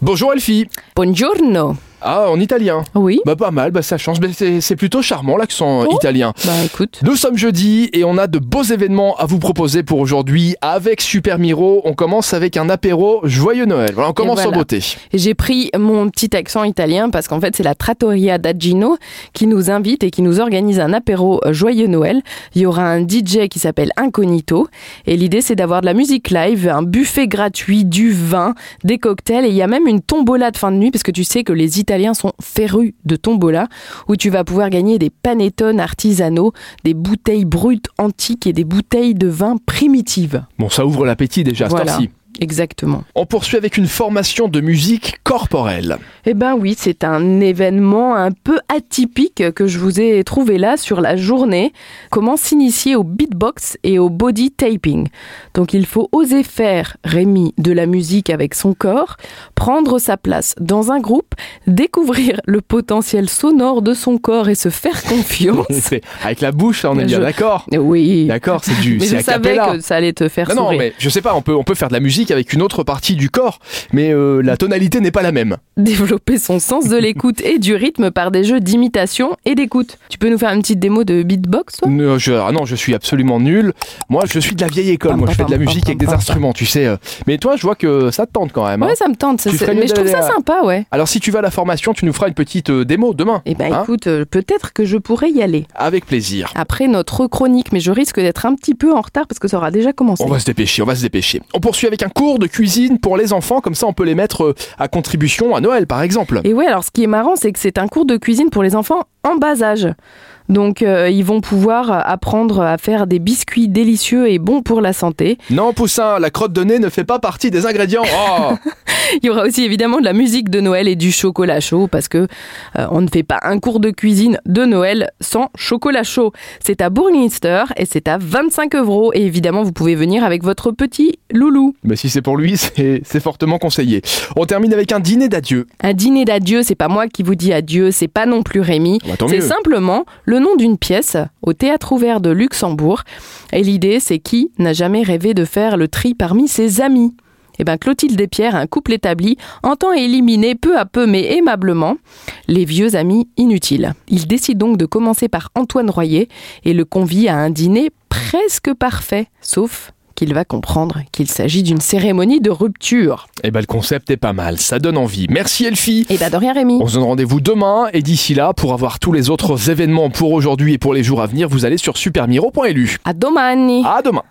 Bonjour Elfie. Buongiorno. Ah, en italien. Oui. Pas mal, ça change. C'est plutôt charmant l'accent italien. Écoute. Nous sommes jeudi et on a de beaux événements à vous proposer pour aujourd'hui avec Super Miro. On commence avec un apéro Joyeux Noël. Voilà, on commence en beauté. J'ai pris mon petit accent italien parce qu'en fait c'est la Trattoria d'Aggino qui nous invite et qui nous organise un apéro Joyeux Noël. Il y aura un DJ qui s'appelle Incognito et l'idée c'est d'avoir de la musique live, un buffet gratuit, du vin, des cocktails et il y a même une tombola de fin de nuit parce que tu sais que les Italiens sont férus de tombola où tu vas pouvoir gagner des panettone artisanaux, des bouteilles brutes antiques et des bouteilles de vin primitives. Bon, ça ouvre l'appétit déjà, Voilà. cette heure-ci. Exactement. On poursuit avec une formation de musique corporelle. Eh ben oui, c'est un événement un peu atypique que je vous ai trouvé là sur la journée. Comment s'initier au beatbox et au body taping. Donc il faut oser faire, Rémi, de la musique avec son corps, prendre sa place dans un groupe, découvrir le potentiel sonore de son corps et se faire confiance. C'est avec la bouche, on est bien d'accord. Oui. D'accord, c'est Mais c'est je a savais cappella. que ça allait te faire sourire. Non, mais je sais pas, on peut faire de la musique avec une autre partie du corps, mais la tonalité n'est pas la même. Développer son sens de l'écoute et du rythme par des jeux d'imitation et d'écoute. Tu peux nous faire une petite démo de beatbox, toi ? Non, je suis absolument nul. Moi, je suis de la vieille école. Moi, je fais de la musique avec des instruments, tu sais. Mais toi, je vois que ça te tente quand même. Hein. Ouais, ça me tente. Tu ferais mieux Mais je trouve ça d'aller sympa, ouais. Alors, si tu vas à la formation, tu nous feras une petite démo demain. Eh ben hein. écoute, peut-être que je pourrais y aller. Avec plaisir. Après notre chronique, mais je risque d'être un petit peu en retard parce que ça aura déjà commencé. On va se dépêcher. On poursuit avec un cours de cuisine pour les enfants, comme ça on peut les mettre à contribution à Noël par exemple. Et ouais, alors ce qui est marrant, c'est que c'est un cours de cuisine pour les enfants en bas âge. Donc ils vont pouvoir apprendre à faire des biscuits délicieux et bons pour la santé. Non Poussin, la crotte de nez ne fait pas partie des ingrédients. Oh Il y aura aussi évidemment de la musique de Noël et du chocolat chaud parce que on ne fait pas un cours de cuisine de Noël sans chocolat chaud. C'est à Bourgminster et c'est à 25 € et évidemment vous pouvez venir avec votre petit loulou. Mais si c'est pour lui, c'est fortement conseillé. On termine avec un dîner d'adieu. Un dîner d'adieu, c'est pas moi qui vous dis adieu, c'est pas non plus Rémi. Bah, tant C'est mieux. simplement le nom d'une pièce au Théâtre Ouvert de Luxembourg. Et l'idée, c'est qui n'a jamais rêvé de faire le tri parmi ses amis ? Eh bien, Clotilde et Pierre, un couple établi, entend éliminer peu à peu mais aimablement les vieux amis inutiles. Il décide donc de commencer par Antoine Royer et le convie à un dîner presque parfait, sauf qu'il va comprendre qu'il s'agit d'une cérémonie de rupture. Eh ben le concept est pas mal, ça donne envie. Merci Elfie. Eh ben de rien Rémi. On se donne rendez-vous demain et d'ici là, pour avoir tous les autres événements pour aujourd'hui et pour les jours à venir, vous allez sur supermiro.lu. A domani. À demain.